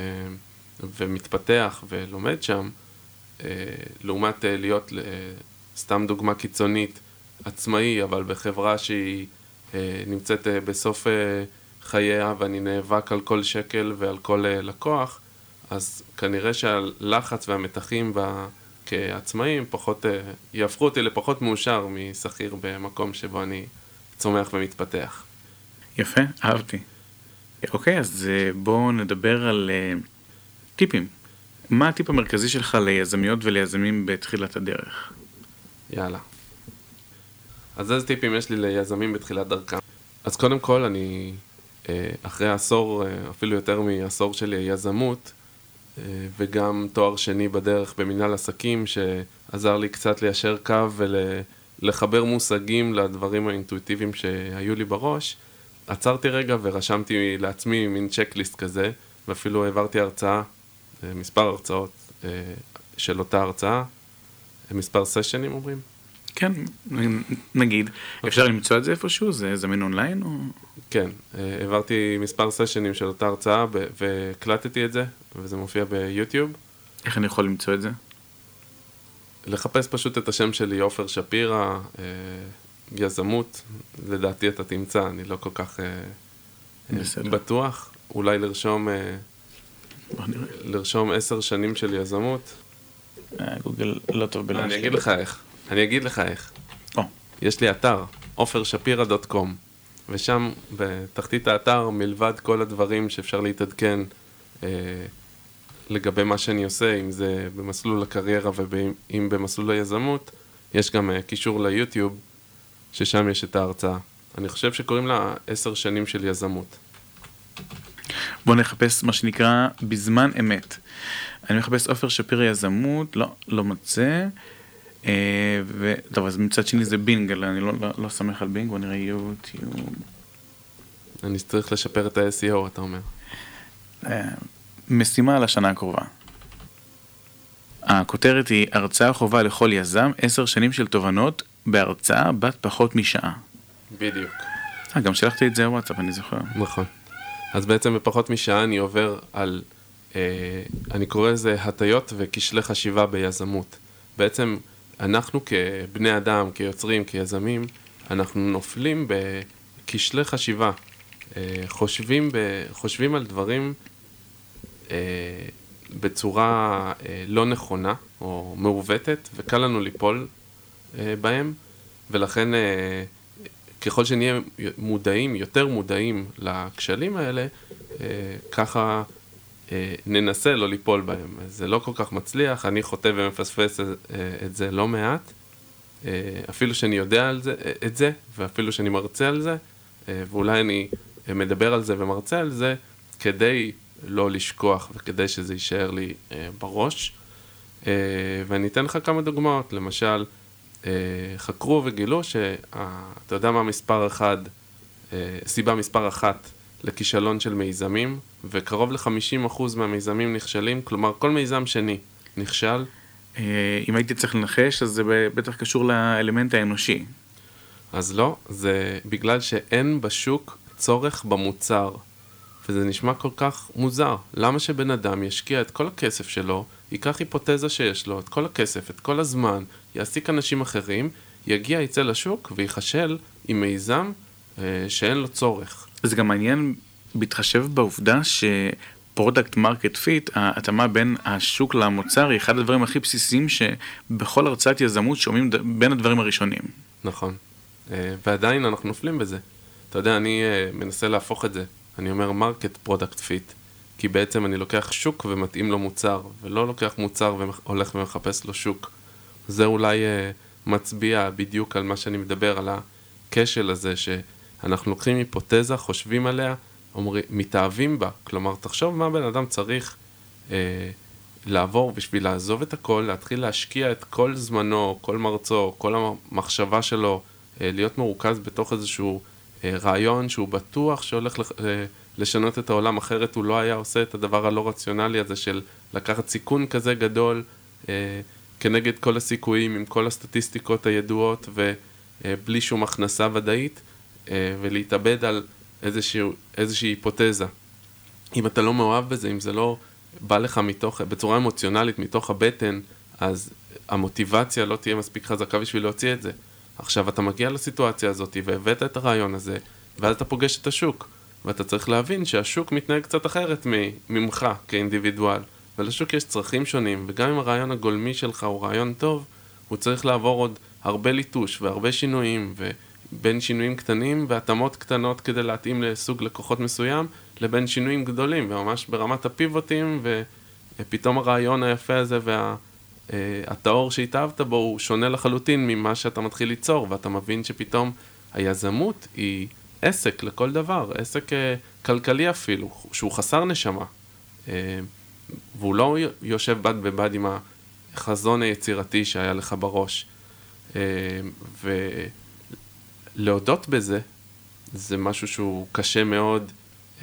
S2: ומתפתח ולומד שם, לעומת להיות, סתם דוגמה קיצונית, עצמאי, אבל בחברה שהיא נמצאת בסוף חייה ואני נאבק על כל שקל ועל כל לקוח, אז כנראה שהלחץ והמתחים כעצמאים פחות, יהפכו אותי לפחות מאושר משכיר במקום שבו אני צומח ומתפתח.
S3: יפה, אהבתי. אוקיי, אז בואו נדבר על טיפים. מה הטיפ המרכזי שלך ליזמיות וליזמים בתחילת הדרך?
S2: יאללה. אז איזה טיפים יש לי ליזמים בתחילת דרכם? אז קודם כל, אני אחרי עשור, אפילו יותר מעשור של יזמות, וגם תואר שני בדרך במנהל עסקים, שעזר לי קצת ליישר קו ולחבר מושגים לדברים האינטואיטיביים שהיו לי בראש, עצרתי רגע ורשמתי לעצמי מין צ'קליסט כזה, ואפילו העברתי הרצאה, מספר הרצאות של אותה הרצאה, מספר סשנים אומרים?
S3: כן, נגיד. אפשר למצוא את זה איפשהו? זה זמין אונליין או?
S2: כן, העברתי מספר סשנים של אותה הרצאה והקלטתי את זה, וזה מופיע ביוטיוב.
S3: איך אני יכול למצוא את זה?
S2: לחפש פשוט את השם שלי, עופר שפירא, יזמות, לדעתי אתה תמצא, אני לא כל כך בטוח. אולי לרשום 10 שנים של יזמות.
S3: גוגל לא טוב בלהשאיר.
S2: אני אגיד לך איך. יש לי אתר, offershapira.com, ושם בתחתית האתר, מלבד כל הדברים שאפשר להתעדכן לגבי מה שאני עושה, אם זה במסלול הקריירה ואם במסלול היזמות, יש גם קישור ליוטיוב, ששם יש את ההרצאה. אני חושב שקוראים לה 10 שנים של יזמות.
S3: בוא נחפש מה שנקרא בזמן אמת. אני מחפש עופר שפירא יזמות, לא מצא. טוב, אז מצד שני זה בינג, אני לא סמך על בינג, בוא נראה יוטיוב.
S2: אני צריך לשפר את ה-SEO, אתה אומר.
S3: משימה על השנה הקרובה. הכותרת היא הרצאה חובה לכל יזם, 10 שנים של תובנות בהרצאה בת פחות משעה.
S2: בדיוק.
S3: גם שלחתי את זה בוואטסאפ, אני זוכר.
S2: נכון. אז בעצם בפחות משעה אני עובר על, אני קורא לזה הטיות וכשלי חשיבה ביזמות. בעצם אנחנו כבני אדם, כיוצרים, כיזמים, אנחנו נופלים בכשלי חשיבה. חושבים על דברים בצורה לא נכונה או מעוותת, וקל לנו ליפול בהם, ולכן ככל שנהיה מודעים, יותר מודעים לכשלים האלה, ככה ננסה לא ליפול בהם. זה לא כל כך מצליח, אני חוטא ומפספס את זה לא מעט, אפילו שאני יודע את זה, ואפילו שאני מרצה על זה, ואולי אני מדבר על זה ומרצה על זה, כדי לא לשכוח וכדי שזה יישאר לי בראש. ואני אתן לך כמה דוגמאות, למשל, חקרו וגילו שאתה יודע מה סיבה מספר 1 לכישלון של מיזמים, וקרוב ל-50% מהמיזמים נכשלים, כלומר כל מיזם שני נכשל.
S3: אם הייתי צריך לנחש, אז זה בטח קשור לאלמנט האנושי.
S2: אז לא, זה בגלל שאין בשוק צורך במוצר, וזה נשמע כל כך מוזר. למה שבן אדם ישקיע את כל הכסף שלו, ייקח היפותזה שיש לו, את כל הכסף, את כל הזמן, יעסיק אנשים אחרים, יגיע, יצא לשוק ויחשל עם מיזם שאין לו צורך.
S3: זה גם מעניין בהתחשב בעובדה שפרודקט מרקט פיט, ההתאמה בין השוק למוצר, היא אחד הדברים הכי בסיסיים שבכל הרצאת יזמות שומעים בין הדברים הראשונים.
S2: נכון. ועדיין אנחנו נופלים בזה. אתה יודע, אני מנסה להפוך את זה. אני אומר מרקט פרודקט פיט, כי בעצם אני לוקח שוק ומתאים לו מוצר, ולא לוקח מוצר והולך ומחפש לו שוק. זה אולי מצביע בדיוק על מה שאני מדבר, על הכשל הזה, שאנחנו לוקחים היפותזה, חושבים עליה, מתאהבים בה. כלומר, תחשוב מה בן אדם צריך לעבור בשביל לעזוב את הכל, להתחיל להשקיע את כל זמנו, כל מרצו, כל המחשבה שלו, להיות מרוכז בתוך איזשהו רעיון שהוא בטוח שהולך לשנות את העולם, אחרת הוא לא היה עושה את הדבר הלא רציונלי הזה של לקחת סיכון כזה גדול, כנגד כל הסיכויים, עם כל הסטטיסטיקות הידועות, ובלי שום הכנסה ודאית, ולהתאבד על איזושהי היפותזה. אם אתה לא מאוהב בזה, אם זה לא בא לך בצורה אמוציונלית, מתוך הבטן, אז המוטיבציה לא תהיה מספיק חזקה בשביל להוציא את זה. עכשיו אתה מגיע לסיטואציה הזאת, והבאת את הרעיון הזה, ואז אתה פוגש את השוק, ואתה צריך להבין שהשוק מתנהג קצת אחרת ממך כאינדיבידואל, ולשוק יש צרכים שונים, וגם אם הרעיון הגולמי שלך הוא רעיון טוב, הוא צריך לעבור עוד הרבה ליטוש והרבה שינויים, ובין שינויים קטנים והתאמות קטנות כדי להתאים לסוג לקוחות מסוים, לבין שינויים גדולים, וממש ברמת הפיבוטים, ופתאום הרעיון היפה הזה והתאור שהתאהבת בו הוא שונה לחלוטין ממה שאתה מתחיל ליצור, ואתה מבין שפתאום היזמות היא עסק לכל דבר, עסק כלכלי אפילו, שהוא חסר נשמה. והוא לא יושב בד בבד עם החזון היצירתי שהיה לך בראש. ולהודות בזה, זה משהו שהוא קשה מאוד,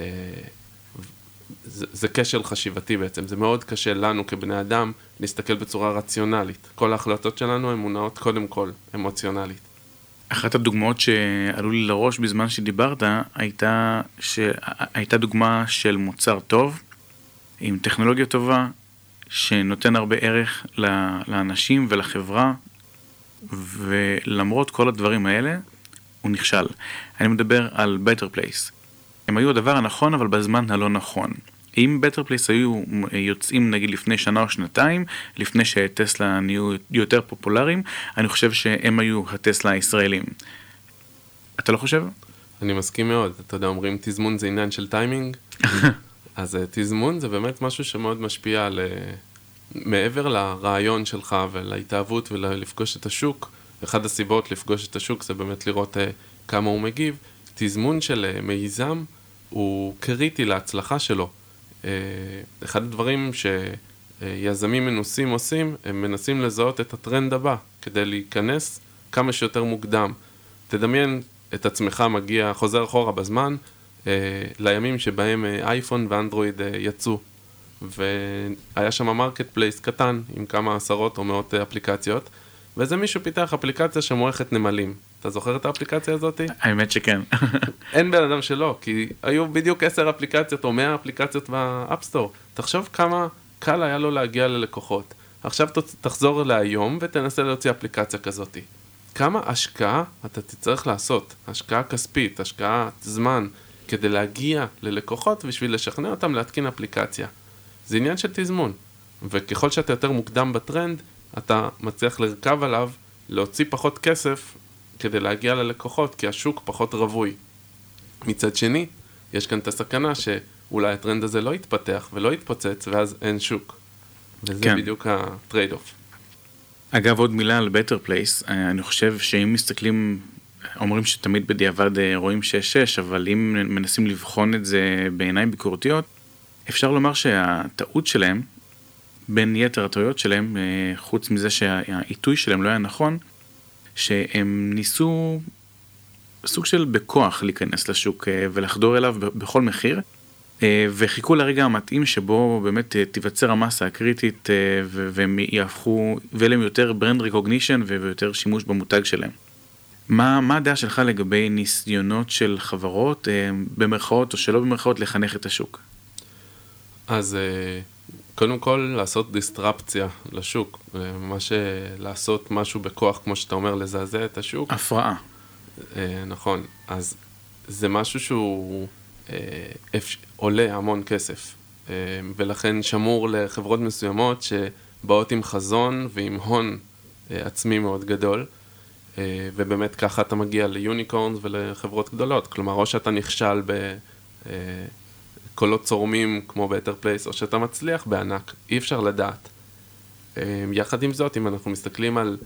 S2: זה כשל חשיבתי בעצם, זה מאוד קשה לנו כבני אדם להסתכל בצורה רציונלית. כל ההחלטות שלנו הן מונעות קודם כל אמוציונלית.
S3: אחת הדוגמאות שעלו לי לראש בזמן שדיברת, הייתה דוגמה של מוצר טוב, עם טכנולוגיה טובה, שנותן הרבה ערך לאנשים ולחברה, ולמרות כל הדברים האלה, הוא נכשל. אני מדבר על Better Place. הם היו הדבר הנכון, אבל בזמן הלא נכון. אם Better Place היו יוצאים נגיד לפני שנה או שנתיים, לפני שטסלה נהיו יותר פופולריים, אני חושב שהם היו הטסלה הישראלים. אתה לא חושב?
S2: אני מסכים מאוד. אתה יודע, אומרים תזמון זה עניין של טיימינג. אז תזמון זה באמת משהו שמאוד משפיע על, מעבר לרעיון שלך ולהתאהבות ולפגוש את השוק. אחד הסיבות לפגוש את השוק זה באמת לראות כמה הוא מגיב. תזמון של מיזם הוא קריטי להצלחה שלו. אחד הדברים שיזמים מנוסים עושים, הם מנסים לזהות את הטרנד הבא, כדי להיכנס כמה שיותר מוקדם. תדמיין את עצמך מגיע, חוזר אחורה בזמן, לימים שבהם אייפון ואנדרואיד יצאו, והיה שם מרקט פלייס קטן עם כמה עשרות או מאות אפליקציות, וזה מישהו פיתח אפליקציה שמועכת נמלים. אתה זוכר את האפליקציה הזאת?
S3: האמת שכן.
S2: אין בן אדם שלא, כי היו בדיוק 10 אפליקציות או 100 אפליקציות באפסטור. תחשוב כמה קל היה לו להגיע ללקוחות. עכשיו תחזור להיום ותנסה להוציא אפליקציה כזאת. כמה השקעה אתה תצטרך לעשות? השקעה כספית, השקעה זמן, כדי להגיע ללקוחות בשביל לשכנע אותם להתקין אפליקציה. זה עניין של תזמון. וככל שאתה יותר מוקדם בטרנד, אתה מצליח לרכב עליו, להוציא פחות כסף כדי להגיע ללקוחות, כי השוק פחות רווי. מצד שני, יש כאן את הסכנה שאולי הטרנד הזה לא יתפתח ולא יתפוצץ, ואז אין שוק. וזה כן. בדיוק הטרייד אוף.
S3: אגב, עוד מילה על Better Place, אני חושב שאם מסתכלים, אומרים שתמיד בדיעבד רואים 6-6, אבל אם מנסים לבחון את זה בעיניים ביקורתיות, אפשר לומר שהטעות שלהם, בין יתר הטעויות שלהם, חוץ מזה שהעיתוי שלהם לא היה נכון, שהם ניסו סוג של בכוח להיכנס לשוק ולחדור אליו בכל מחיר, וחיכו לרגע המתאים שבו באמת תיווצר המסה הקריטית והם יהפכו, ולהם יותר ברנד ריקוגנישן ויותר שימוש במותג שלהם. מה הדעה שלך לגבי ניסיונות של חברות, במרכאות או שלא במרכאות, לחנך את השוק?
S2: אז קודם כל לעשות דיסטרפציה לשוק, ממש לעשות משהו בכוח, כמו שאתה אומר, לזעזע את השוק.
S3: הפרעה.
S2: נכון, אז זה משהו שהוא עולה המון כסף, ולכן שמור לחברות מסוימות שבאות עם חזון ועם הון עצמי מאוד גדול, ובאמת ככה אתה מגיע ליוניקורנס ולחברות גדולות, כלומר או שאתה נכשל קולות צורמים כמו Better Place, או שאתה מצליח בענק, אי אפשר לדעת. יחד עם זאת, אם אנחנו מסתכלים על,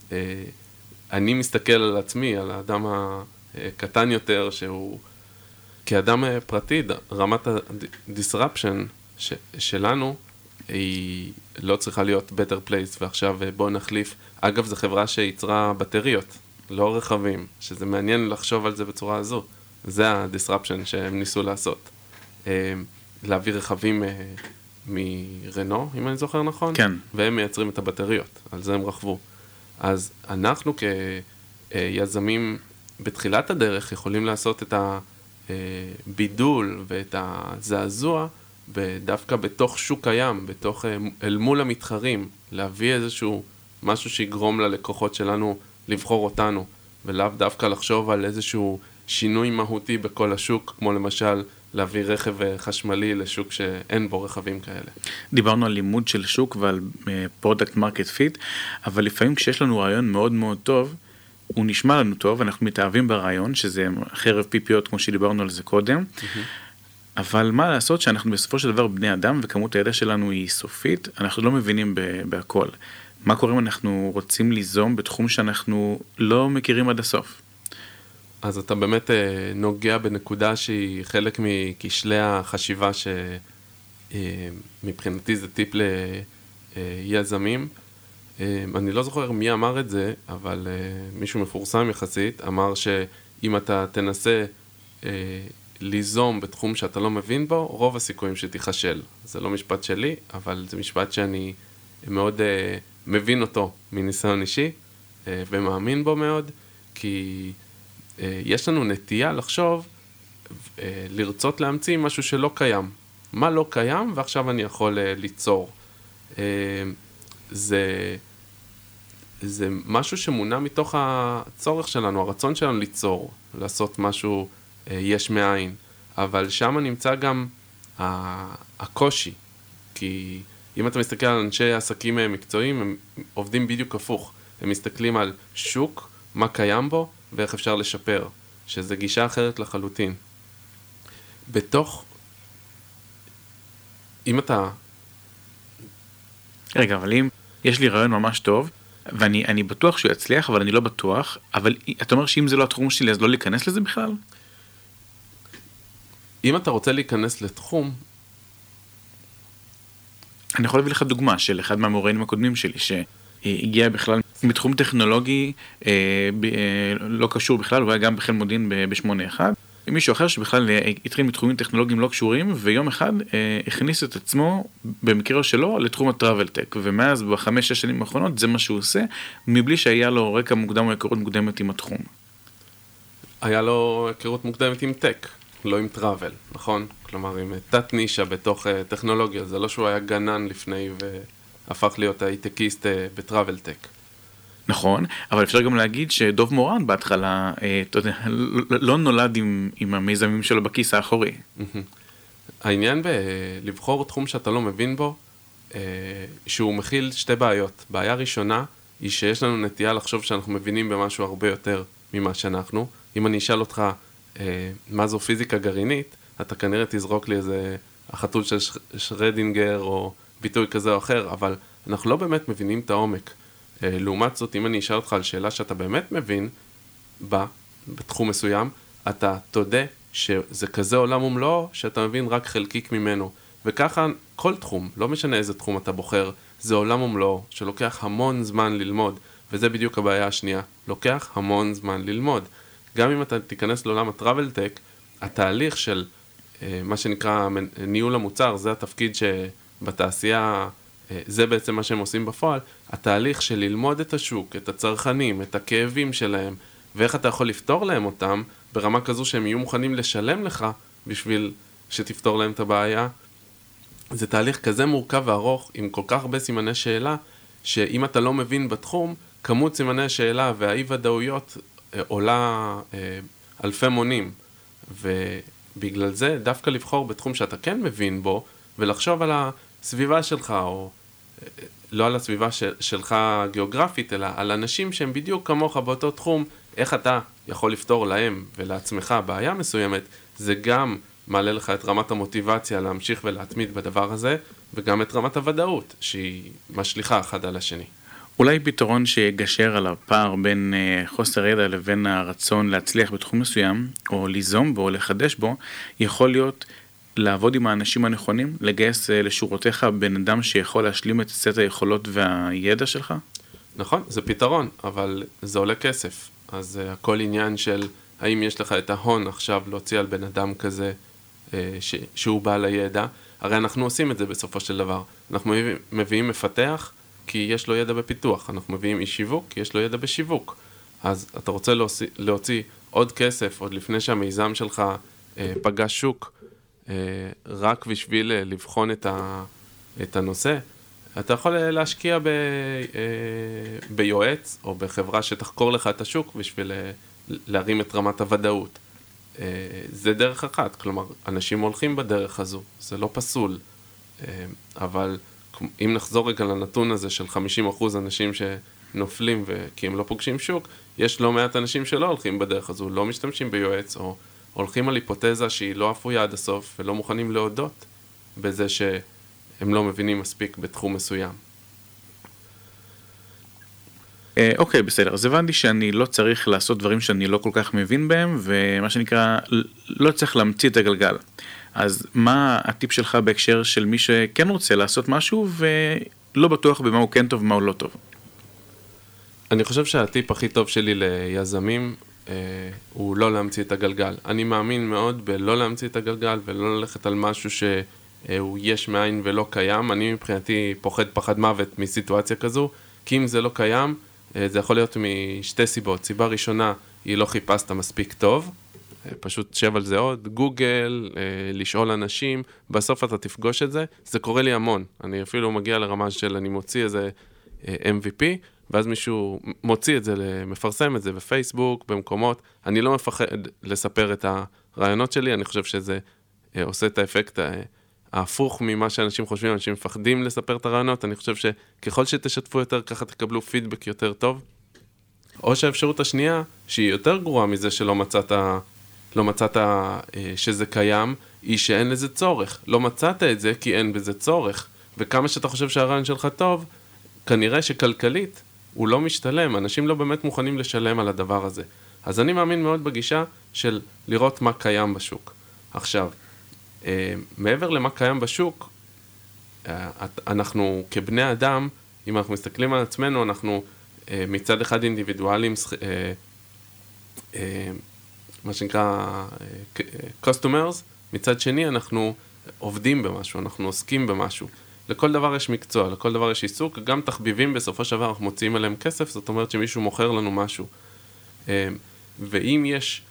S2: אני מסתכל על עצמי, על האדם הקטן יותר, שהוא כאדם פרטי, רמת ה-disruption שלנו, היא לא צריכה להיות Better Place, ועכשיו בואו נחליף. אגב, זו חברה שיצרה בטריות, לא רכבים, שזה מעניין לחשוב על זה בצורה הזו. זה ה-disruption שהם ניסו לעשות. להביא רכבים מרנו, אם אני זוכר נכון.
S3: כן.
S2: והם מייצרים את הבטריות, על זה הם רכבו. אז אנחנו כיזמים בתחילת הדרך יכולים לעשות את הבידול ואת הזעזוע דווקא בתוך שוק קיים, אל מול המתחרים, להביא איזשהו משהו שיגרום ללקוחות שלנו לבחור אותנו, ולאו דווקא לחשוב על איזשהו שינוי מהותי בכל השוק, כמו למשל להביא רכב חשמלי לשוק שאין בו רכבים כאלה.
S3: דיברנו על לימוד של שוק ועל פרודקט מרקט פיט, אבל לפעמים כשיש לנו רעיון מאוד מאוד טוב, הוא נשמע לנו טוב, אנחנו מתאהבים ברעיון, שזה חרב פיפיות כמו שדיברנו על זה קודם, אבל מה לעשות שאנחנו בסופו של דבר בני אדם, וכמות הידע שלנו היא סופית, אנחנו לא מבינים בהכל. מה קורה אם אנחנו רוצים ליזום בתחום שאנחנו לא מכירים עד הסוף?
S2: אז אתה באמת נוגע בנקודה שהיא חלק מכשלי החשיבה שמבחינתי זה טיפ ליזמים. אני לא זוכר מי אמר את זה, אבל מישהו מפורסם יחסית אמר שאם אתה תנסה ליזום בתחום שאתה לא מבין בו, רוב הסיכויים שתיחשל. זה לא משפט שלי, אבל זה משפט שאני מאוד מבין אותו מניסיון אישי ומאמין בו מאוד, כי יש לנו נטייה לחשוב, לרצות להמציא משהו שלא קיים. מה לא קיים ועכשיו אני יכול ליצור. זה משהו שמונע מתוך הצורך שלנו, הרצון שלנו ליצור, לעשות משהו יש מאין. אבל שם נמצא גם הקושי, כי אם אתה מסתכל על אנשי עסקים מקצועיים, הם עובדים בדיוק הפוך. הם מסתכלים על שוק, מה קיים בו, ואיך אפשר לשפר, שזה גישה אחרת לחלוטין. אם אתה...
S3: רגע, אבל אם יש לי רעיון ממש טוב, ואני בטוח שהוא יצליח, אבל אני לא בטוח, אבל אתה אומר שאם זה לא התחום שלי, אז לא להיכנס לזה בכלל?
S2: אם אתה רוצה להיכנס לתחום...
S3: אני יכול להביא לך דוגמה של אחד מהמורים הקודמים שלי, שהגיע בכלל מתחום טכנולוגי לא קשור בכלל, הוא היה גם בחיל מודיעין ב-81, מישהו אחר שבכלל התחיל מתחומים טכנולוגיים לא קשורים, ויום אחד הכניס את עצמו, במקרה שלו, לתחום הטראבל-טק, ומאז ב5-6 שנים האחרונות זה מה שהוא עושה, מבלי שהיה לו רקע מוקדם או היכרות מוקדמת עם התחום. היה
S2: לו היכרות מוקדמת עם טק, לא עם טראבל, נכון? כלומר, עם תת נישה בתוך טכנולוגיה, זה לא שהוא היה גנן לפני והפך להיות הייטקיסט בטראבל-טק.
S3: נכון, אבל אפשר גם להגיד שדוב מורן בהתחלה, אתה יודע, לא נולד עם המיזמים שלו בכיס האחורי.
S2: העניין בלבחור תחום שאתה לא מבין בו, שהוא מכיל שתי בעיות. בעיה ראשונה היא שיש לנו נטייה לחשוב שאנחנו מבינים במשהו הרבה יותר ממה שאנחנו. אם אני אשאל אותך מה זו פיזיקה גרעינית, אתה כנראה תזרוק לי איזה החתול של שרדינגר או ביטוי כזה או אחר, אבל אנחנו לא באמת מבינים את העומק. לעומת זאת, אם אני אשאל אותך על שאלה שאתה באמת מבין בתחום מסוים, אתה תודה שזה כזה עולם ומלואו, שאתה מבין רק חלקיק ממנו. וככה כל תחום, לא משנה איזה תחום אתה בוחר, זה עולם ומלואו, שלוקח המון זמן ללמוד, וזה בדיוק הבעיה השנייה, לוקח המון זמן ללמוד. גם אם אתה תיכנס לעולם הטראבל-טק, התהליך של מה שנקרא ניהול המוצר, זה התפקיד שבתעשייה, זה בעצם מה שהם עושים בפועל, התהליך של ללמוד את השוק, את הצרכנים, את הכאבים שלהם, ואיך אתה יכול לפתור להם אותם, ברמה כזו שהם יהיו מוכנים לשלם לך, בשביל שתפתור להם את הבעיה. זה תהליך כזה מורכב וארוך, עם כל כך הרבה סימני שאלה, שאם אתה לא מבין בתחום, כמות סימני השאלה והאי ודאויות עולה אלפי מונים. ובגלל זה, דווקא לבחור בתחום שאתה כן מבין בו, ולחשוב על הסביבה שלך, או לא על הסביבה שלך גיאוגרפית, אלא על אנשים שהם בדיוק כמוך באותו תחום, איך אתה יכול לפתור להם ולעצמך בעיה מסוימת, זה גם מעלה לך את רמת המוטיבציה להמשיך ולהתמיד בדבר הזה, וגם את רמת הוודאות, שהיא משליחה אחד על השני.
S3: אולי פתרון שיגשר על הפער בין חוסר ידע לבין הרצון להצליח בתחום מסוים, או ליזום בו, או לחדש בו, יכול להיות לעבוד עם האנשים הנכונים, לגייס לשורותיך בן אדם שיכול להשלים את סט היכולות והידע שלך?
S2: נכון, זה פתרון, אבל זה עולה כסף. אז הכל עניין של האם יש לך את ההון עכשיו להוציא על בן אדם כזה שהוא בעל הידע, הרי אנחנו עושים את זה בסופו של דבר. אנחנו מביאים מפתח כי יש לו ידע בפיתוח, אנחנו מביאים איש שיווק כי יש לו ידע בשיווק. אז אתה רוצה להוציא עוד כסף, עוד לפני שהמיזם שלך פגש שוק, רק בשביל לבחון את הנושא, אתה יכול להשקיע ביועץ או בחברה שתחקור לך את השוק בשביל להרים את רמת הוודאות. זה דרך אחת, כלומר, אנשים הולכים בדרך הזו, זה לא פסול, אבל אם נחזור רגע לנתון הזה של 50% אנשים שנופלים כי הם לא פוגשים שוק, יש לא מעט אנשים שלא הולכים בדרך הזו, לא משתמשים ביועץ, או הולכים על היפותזה שהיא לא אפויה עד הסוף, ולא מוכנים להודות בזה שהם לא מבינים מספיק בתחום מסוים.
S3: אוקיי, בסדר. אז הבנתי שאני לא צריך לעשות דברים שאני לא כל כך מבין בהם, ומה שנקרא, לא צריך להמציא את הגלגל. אז מה הטיפ שלך בהקשר של מי שכן רוצה לעשות משהו, ולא בטוח במה הוא כן טוב ומה הוא לא טוב?
S2: אני חושב שהטיפ הכי טוב שלי ליזמים הוא לא להמציא את הגלגל. אני מאמין מאוד בלא להמציא את הגלגל, ולא ללכת על משהו שהוא יש מאין ולא קיים. אני מבחינתי פוחד פחד מוות מסיטואציה כזו, כי אם זה לא קיים, זה יכול להיות משתי סיבות. סיבה ראשונה, היא לא חיפשת מספיק טוב, פשוט שב על זה עוד, גוגל, לשאול אנשים, בסוף אתה תפגוש את זה. זה קורה לי המון. אני אפילו מגיע לרמה של אני מוציא איזה MVP, ואז מישהו מוציא את זה, מפרסם את זה בפייסבוק, במקומות. אני לא מפחד לספר את הרעיונות שלי, אני חושב שזה עושה את האפקט ההפוך ממה שאנשים חושבים, אנשים מפחדים לספר את הרעיונות. אני חושב שככל שתשתפו יותר, ככה תקבלו פידבק יותר טוב. או שהאפשרות השנייה, שהיא יותר גרועה מזה שלא מצאת שזה קיים, היא שאין לזה צורך. לא מצאת את זה כי אין בזה צורך. וכמה שאתה חושב שהרעיון שלך טוב, כנראה שכלכלית הוא לא משתלם. אנשים לא באמת מוכנים לשלם על הדבר הזה. אז אני מאמין מאוד בגישה של לראות מה קיים בשוק. עכשיו, מעבר למה קיים בשוק, אנחנו כבני אדם, אם אנחנו מסתכלים על עצמנו, אנחנו מצד אחד אינדיבידואלים, מה שנקרא customers, מצד שני אנחנו עובדים במשהו, אנחנו עוסקים במשהו. לכל דבר יש מקצוע, לכל דבר יש עיסוק, גם תחביבים בסופו של דבר אנחנו מוציאים עליהם כסף, זאת אומרת שמישהו מוכר לנו משהו. ואם יש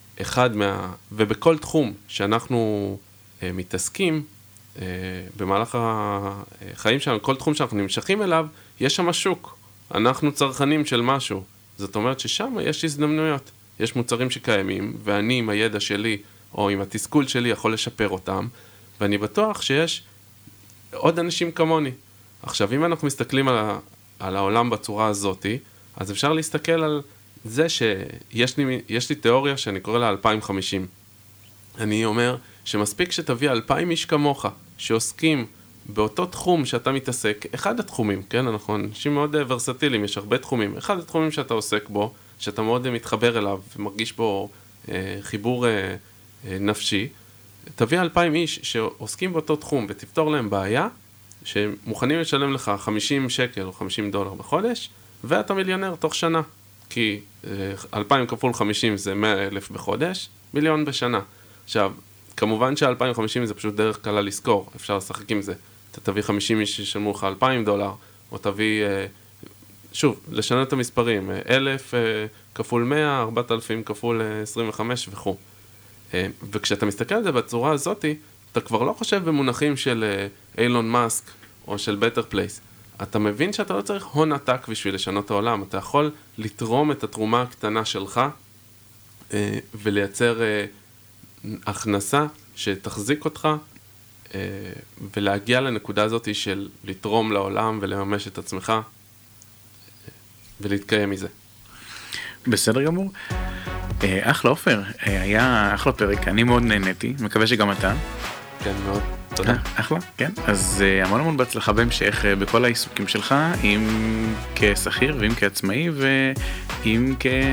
S2: ובכל תחום שאנחנו מתעסקים, במהלך החיים שלנו, כל תחום שאנחנו נמשכים אליו, יש שם שוק. אנחנו צרכנים של משהו. זאת אומרת ששם יש הזדמנויות. יש מוצרים שקיימים, ואני עם הידע שלי, או עם התסכול שלי, יכול לשפר אותם, ואני בטוח שיש עוד אנשים כמוני. עכשיו, אם אנחנו מסתכלים על העולם בצורה הזאת, אז אפשר להסתכל על זה שיש לי תיאוריה שאני קורא לה 2050. אני אומר שמספיק שתביא 2,000 איש כמוך, שעוסקים באותו תחום שאתה מתעסק, אחד התחומים, כן, אנחנו אנשים מאוד ורסטיליים, יש הרבה תחומים, אחד התחומים שאתה עוסק בו, שאתה מאוד מתחבר אליו ומרגיש בו חיבור נפשי, תביא 2,000 איש שעוסקים באותו תחום ותפתור להם בעיה, שמוכנים לשלם לך 50 שקל או $50 בחודש, ואתה מיליונר תוך שנה, כי 2,000 כפול 50 זה 100,000 בחודש, מיליון בשנה. עכשיו, כמובן ש-2050 זה פשוט דרך קלה לזכור, אפשר לשחק עם זה. אתה תביא 50 איש ששלמו לך $2,000, או תביא, שוב, לשנות את המספרים, 1,000 כפול 100, 4,000 כפול 25 וכו'. וכשאתה מסתכל על זה בצורה הזאת, אתה כבר לא חושב במונחים של אילון מאסק או של בטר פלייס. אתה מבין שאתה לא צריך הון עתק בשביל לשנות את העולם, אתה יכול לתרום את התרומה הקטנה שלך ולייצר הכנסה שתחזיק אותך ולהגיע לנקודה הזאת של לתרום לעולם ולממש את עצמך ולהתקיים מזה.
S3: בסדר גמור. אחלה עופר, היה אחלה פרק, אני מאוד נהניתי, מקווה שגם אתה.
S2: כן, מאוד, תודה.
S3: אחלה, כן. אז המון המון בהצלחה בהמשך בכל העיסוקים שלך, אם כשכיר ואם כעצמאי ואם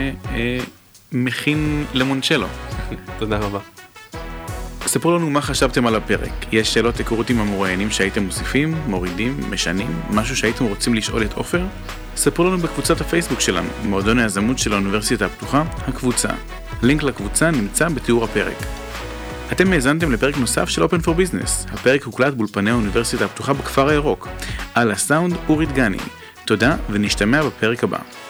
S3: כמכין למונצ'לו.
S2: תודה רבה.
S3: ספרו לנו מה חשבתם על הפרק. יש שאלות היכרות עם המרואיינים שהייתם מוסיפים, מורידים, משנים, משהו שהייתם רוצים לשאול את עופר? ספרו לנו בקבוצת הפייסבוק שלנו, מועדון היזמות של האוניברסיטה הפתוחה, הקבוצה. לינק לקבוצה נמצא בתיאור הפרק. אתם האזנתם לפרק נוסף של Open for Business. הפרק הוקלט באולפני האוניברסיטה הפתוחה בכפר הירוק. על הסאונד אורי דגני. תודה ונשתמע בפרק הבא.